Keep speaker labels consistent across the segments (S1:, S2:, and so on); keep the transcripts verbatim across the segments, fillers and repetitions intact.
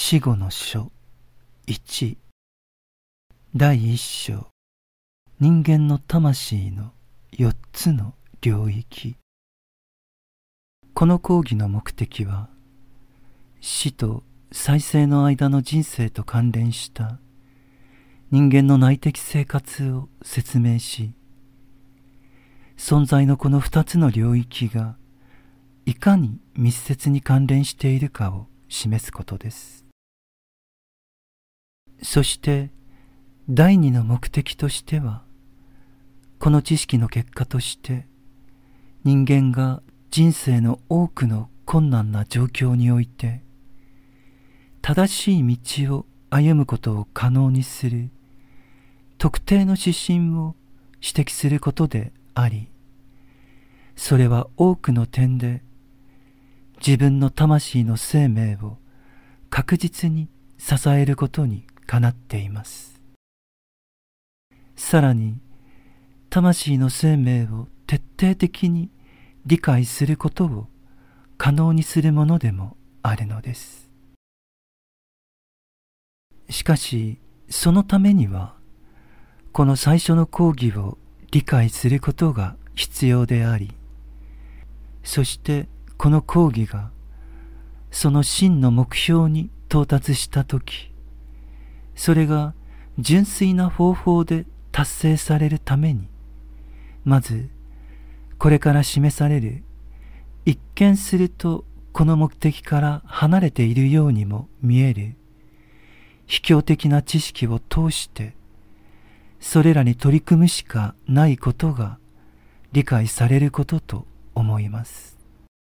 S1: 死後の書いちだいいっ章、人間の魂のよっつの領域。この講義の目的は、死と再生の間の人生と関連した人間の内的生活を説明し、存在のこの二つの領域がいかに密接に関連しているかを示すことです。そして第二の目的としては、この知識の結果として人間が人生の多くの困難な状況において正しい道を歩むことを可能にする特定の指針を指摘することであり、それは多くの点で自分の魂の生命を確実に支えることにかなっています。さらに魂の生命を徹底的に理解することを可能にするものでもあるのです。しかしそのためにはこの最初の講義を理解することが必要であり、そしてこの講義がその真の目標に到達したとき、それが純粋な方法で達成されるために、まずこれから示される一見するとこの目的から離れているようにも見える秘境的な知識を通してそれらに取り組むしかないことが理解されることと思います。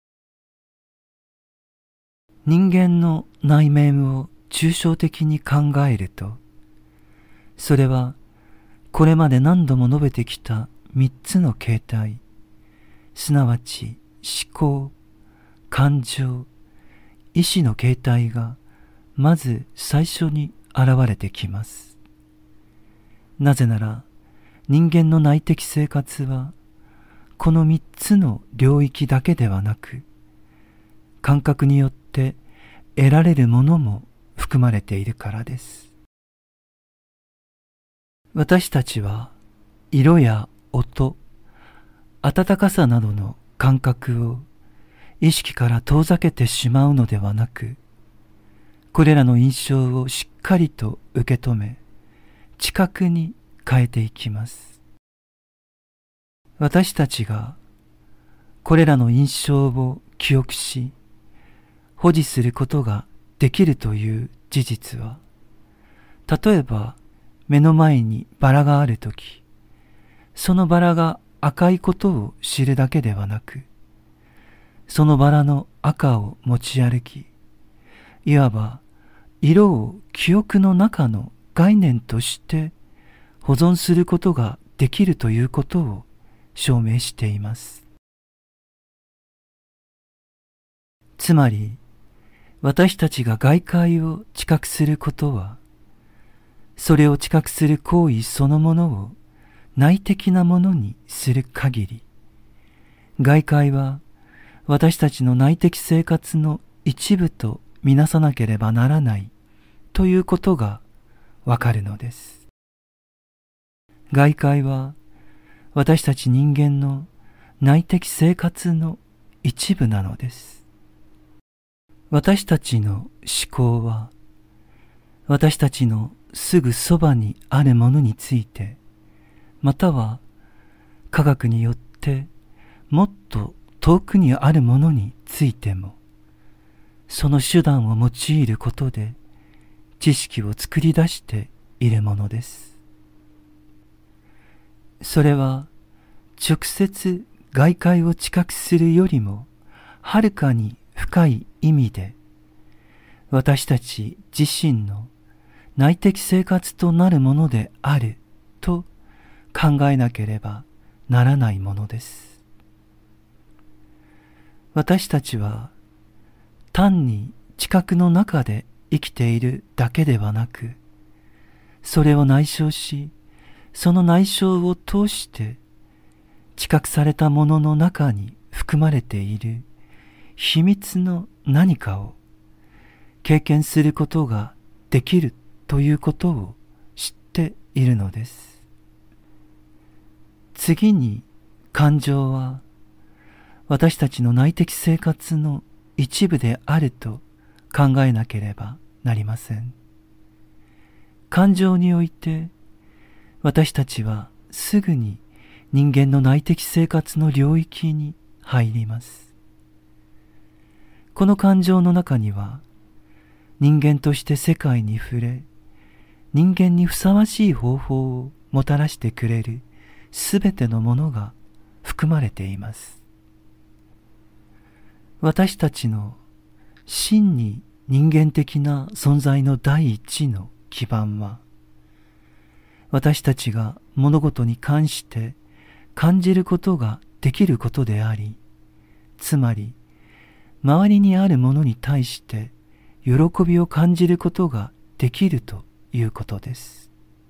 S1: 人間の内面を抽象的に考えると、それはこれまで何度も述べてきた三つの形態、すなわち思考、感情、意志の形態がまず最初に現れてきます。なぜなら人間の内的生活はこの三つの領域だけではなく、感覚によって得られるものも含まれているからです。私たちは色や音、温かさなどの感覚を意識から遠ざけてしまうのではなく、これらの印象をしっかりと受け止め、知覚に変えていきます。私たちがこれらの印象を記憶し、保持することができるという事実は、例えば目の前にバラがあるとき、そのバラが赤いことを知るだけではなく、そのバラの赤を持ち歩き、いわば色を記憶の中の概念として保存することができるということを証明しています。つまり、私たちが外界を知覚することは、それを知覚する行為そのものを内的なものにする限り、外界は私たちの内的生活の一部とみなさなければならないということがわかるのです。外界は私たち人間の内的生活の一部なのです。私たちの思考は私たちのすぐそばにあるものについて、または科学によってもっと遠くにあるものについても、その手段を用いることで知識を作り出しているものです。それは直接外界を知覚するよりもはるかに深い意味で、私たち自身の内的生活となるものであると考えなければならないものです。私たちは単に知覚の中で生きているだけではなく、それを内省し、その内省を通して知覚されたものの中に含まれている秘密の何かを経験することができるということを知っているのです。次に、感情は私たちの内的生活の一部であると考えなければなりません。感情において私たちはすぐに人間の内的生活の領域に入ります。この感情の中には人間として世界に触れ、人間にふさわしい方法をもたらしてくれるすべてのものが含まれています。私たちの真に人間的な存在の第一の基盤は、私たちが物事に関して感じることができることであり、つまり周りにあるものに対して喜びを感じることができるということです。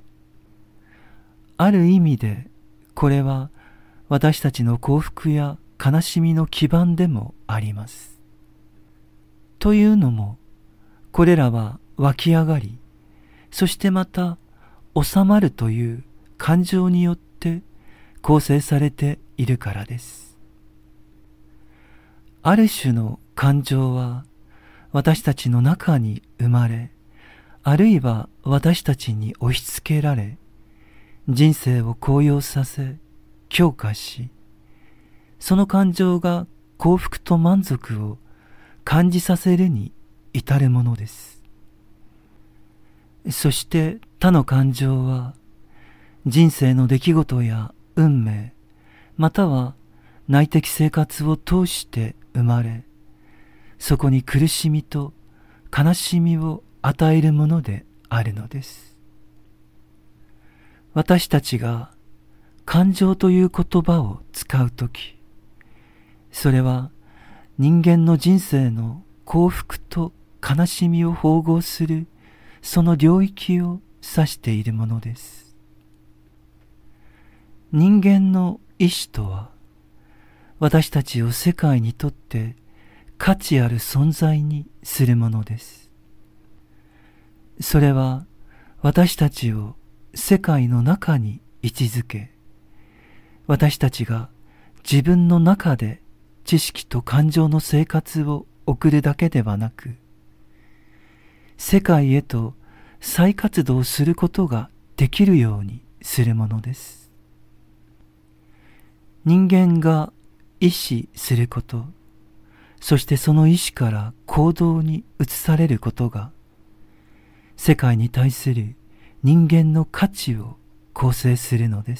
S1: ある意味でこれは私たちの幸福や悲しみの基盤でもあります。というのも、これらは湧き上がり、そしてまた収まるという感情によって構成されているからです。ある種の感情は私たちの中に生まれ、あるいは私たちに押し付けられ、人生を高揚させ、強化し、その感情が幸福と満足を感じさせるに至るものです。そして他の感情は人生の出来事や運命、または内的生活を通して生まれ、そこに苦しみと悲しみを与えるものであるのです。私たちが感情という言葉を使うとき、それは人間の人生の幸福と悲しみを縫合するその領域を指しているものです。人間の意志とは、私たちを世界にとって価値ある存在にするものです。それは私たちを世界の中に位置づけ、私たちが自分の中で知識と感情の生活を送るだけではなく、世界へと再活動することができるようにするものです。人間が意志すること、そしてその意志から行動に移されることが、世界に対する人間の価値を構成するのです。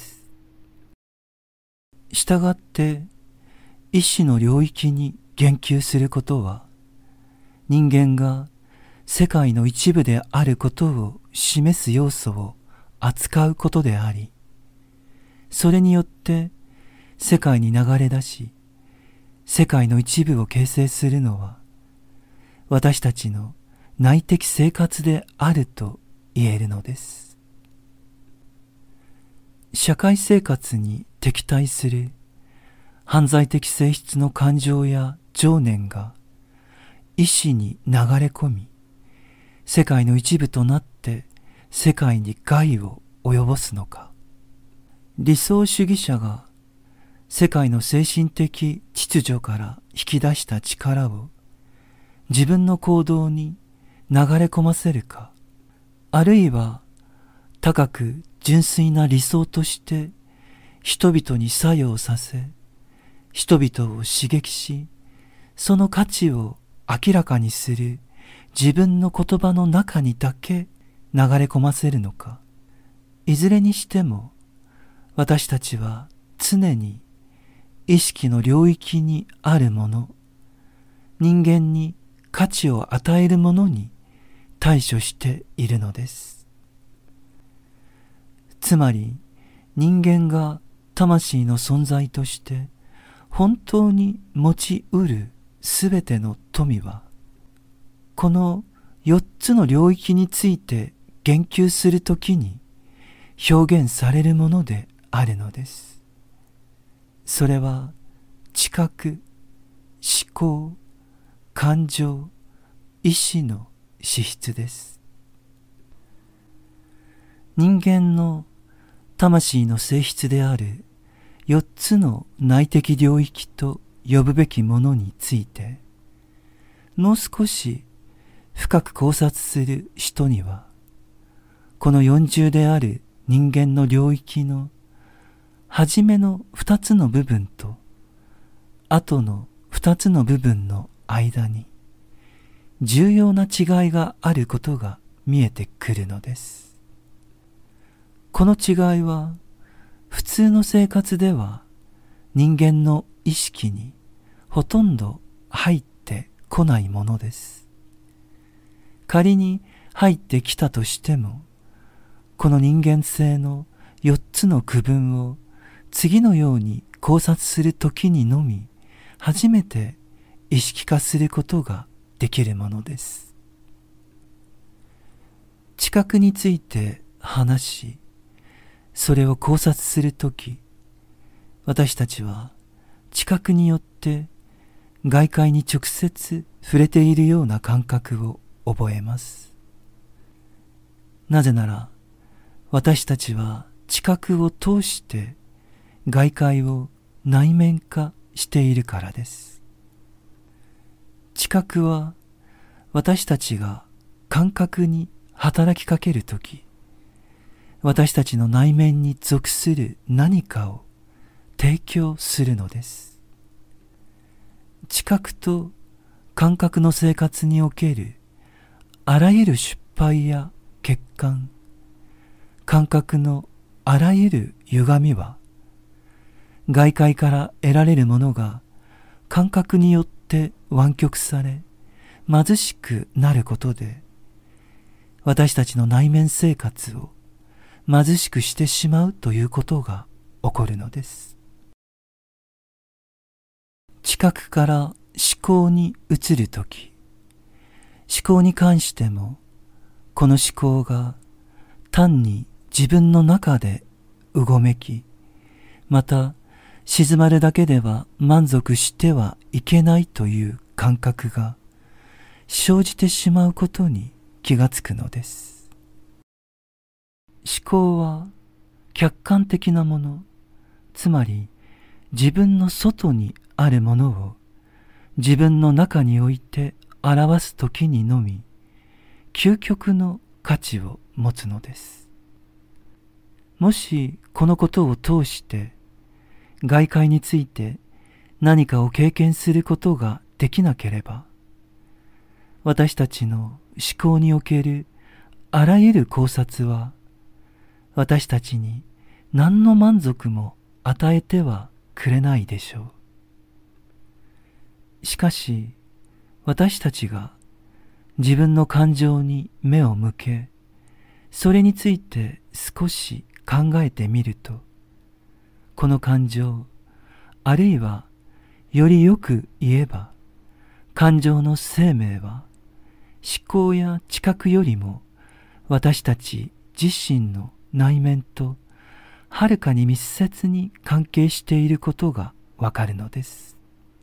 S1: したがって、意志の領域に言及することは、人間が世界の一部であることを示す要素を扱うことであり、それによって世界に流れ出し、世界の一部を形成するのは、私たちの内的生活であると言えるのです。社会生活に敵対する犯罪的性質の感情や情念が意志に流れ込み、世界の一部となって世界に害を及ぼすのか。理想主義者が世界の精神的秩序から引き出した力を自分の行動に流れ込ませるか、あるいは高く純粋な理想として人々に作用させ、人々を刺激し、その価値を明らかにする自分の言葉の中にだけ流れ込ませるのか。いずれにしても私たちは常に意識の領域にあるもの、人間に価値を与えるものに対処しているのです。つまり人間が魂の存在として本当に持ち得るすべての富は、この四つの領域について言及するときに表現されるものであるのです。それは知覚、思考、感情、意志の資質です。人間の魂の性質であるよっつの内的領域と呼ぶべきものについて、もう少し深く考察する人には、この四重である人間の領域の初めの二つの部分と後の二つの部分の間に重要な違いがあることが見えてくるのです。この違いは普通の生活では人間の意識にほとんど入ってこないものです。仮に入ってきたとしても、この人間性の四つの区分を次のように考察するときにのみ初めて意識化することができるものです。知覚について話し、それを考察するとき、私たちは知覚によって外界に直接触れているような感覚を覚えます。なぜなら、私たちは知覚を通して外界を内面化しているからです。知覚は私たちが感覚に働きかけるとき、私たちの内面に属する何かを提供するのです。知覚と感覚の生活におけるあらゆる失敗や欠陥、感覚のあらゆる歪みは、外界から得られるものが感覚によって湾曲され貧しくなることで、私たちの内面生活を貧しくしてしまうということが起こるのです。知覚から思考に移るとき、思考に関しても、この思考が単に自分の中でうごめき、また静まるだけでは満足してはいけないという感覚が生じてしまうことに気がつくのです。思考は客観的なもの、つまり自分の外にあるものを自分の中において表すときにのみ究極の価値を持つのです。もしこのことを通して外界について何かを経験することができなければ、私たちの思考におけるあらゆる考察は私たちに何の満足も与えてはくれないでしょう。しかし私たちが自分の感情に目を向け、それについて少し考えてみると、この感情、あるいはよりよく言えば感情の生命は思考や知覚よりも私たち自身の内面とはるかに密接に関係していることがわかるのです。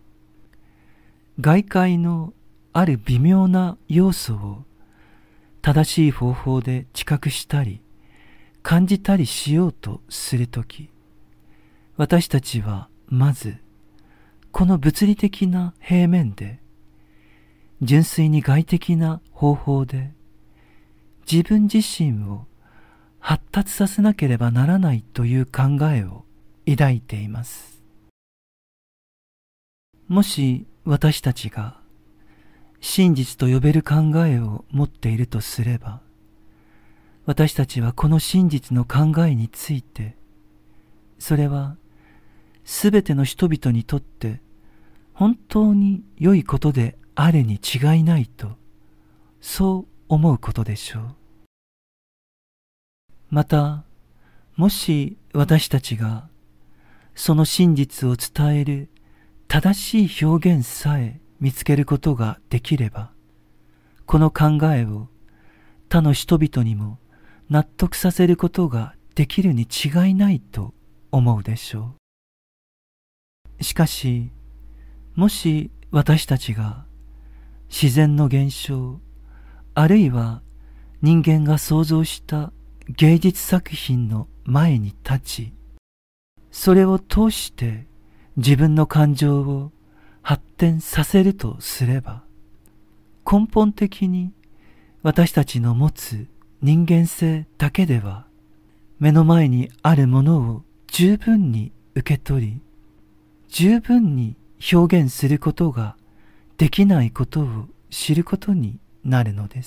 S1: 外界のある微妙な要素を正しい方法で知覚したり感じたりしようとするとき、私たちはまずこの物理的な平面で純粋に外的な方法で自分自身を発達させなければならないという考えを抱いています。もし私たちが真実と呼べる考えを持っているとすれば、私たちはこの真実の考えについて、それはすべての人々にとって本当に良いことであるに違いないと、そう思うことでしょう。また、もし私たちがその真実を伝える正しい表現さえ見つけることができれば、この考えを他の人々にも納得させることができるに違いないと思うでしょう。しかし、もし私たちが自然の現象、 あるいは人間が創造した芸術作品の前に立ち、それを通して自分の感情を発展させるとすれば、根本的に私たちの持つ人間性だけでは、目の前にあるものを十分に受け取り、十分に表現することができないことを知ることになるのです。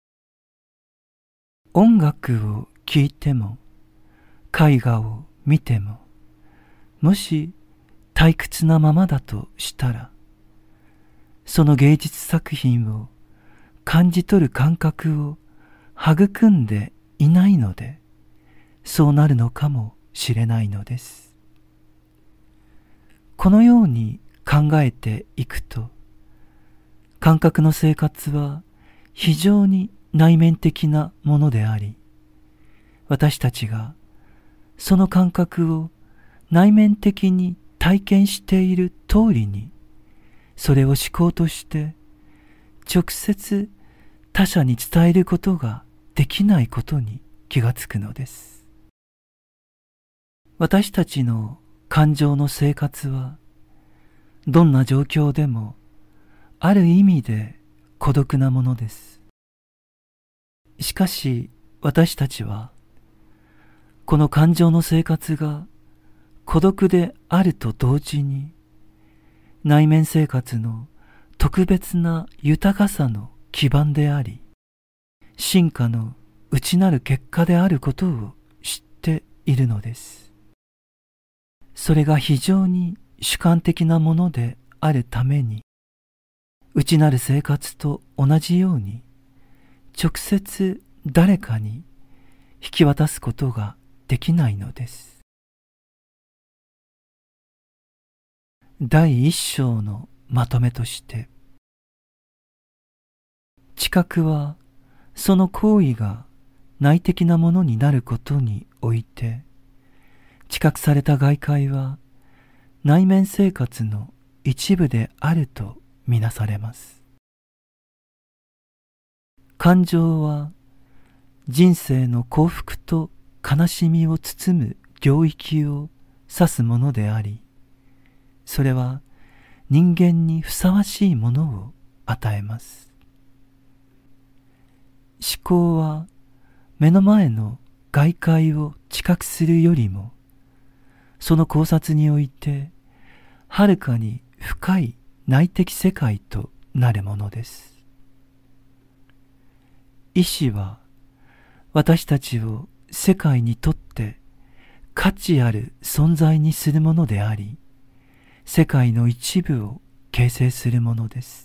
S1: 音楽を聴いても、絵画を見ても、もし退屈なままだとしたら、その芸術作品を感じ取る感覚を育んでいないので、そうなるのかもしれないのです。このように考えていくと、感覚の生活は非常に内面的なものであり、私たちがその感覚を内面的に体験している通りに、それを思考として直接他者に伝えることができないことに気がつくのです。私たちの感情の生活は、どんな状況でもある意味で孤独なものです。しかし私たちは、この感情の生活が孤独であると同時に、内面生活の特別な豊かさの基盤であり、進化の内なる結果であることを知っているのです。それが非常に主観的なものであるために、内なる生活と同じように、直接誰かに引き渡すことができないのです。第一章のまとめとして、知覚はその行為が内的なものになることにおいて、知覚された外界は内面生活の一部であるとみなされます。感情は人生の幸福と悲しみを包む領域を指すものであり、それは人間にふさわしいものを与えます。思考は目の前の外界を知覚するよりも、その考察においてはるかに深い内的世界となるものです。意志は私たちを世界にとって価値ある存在にするものであり、世界の一部を形成するものです。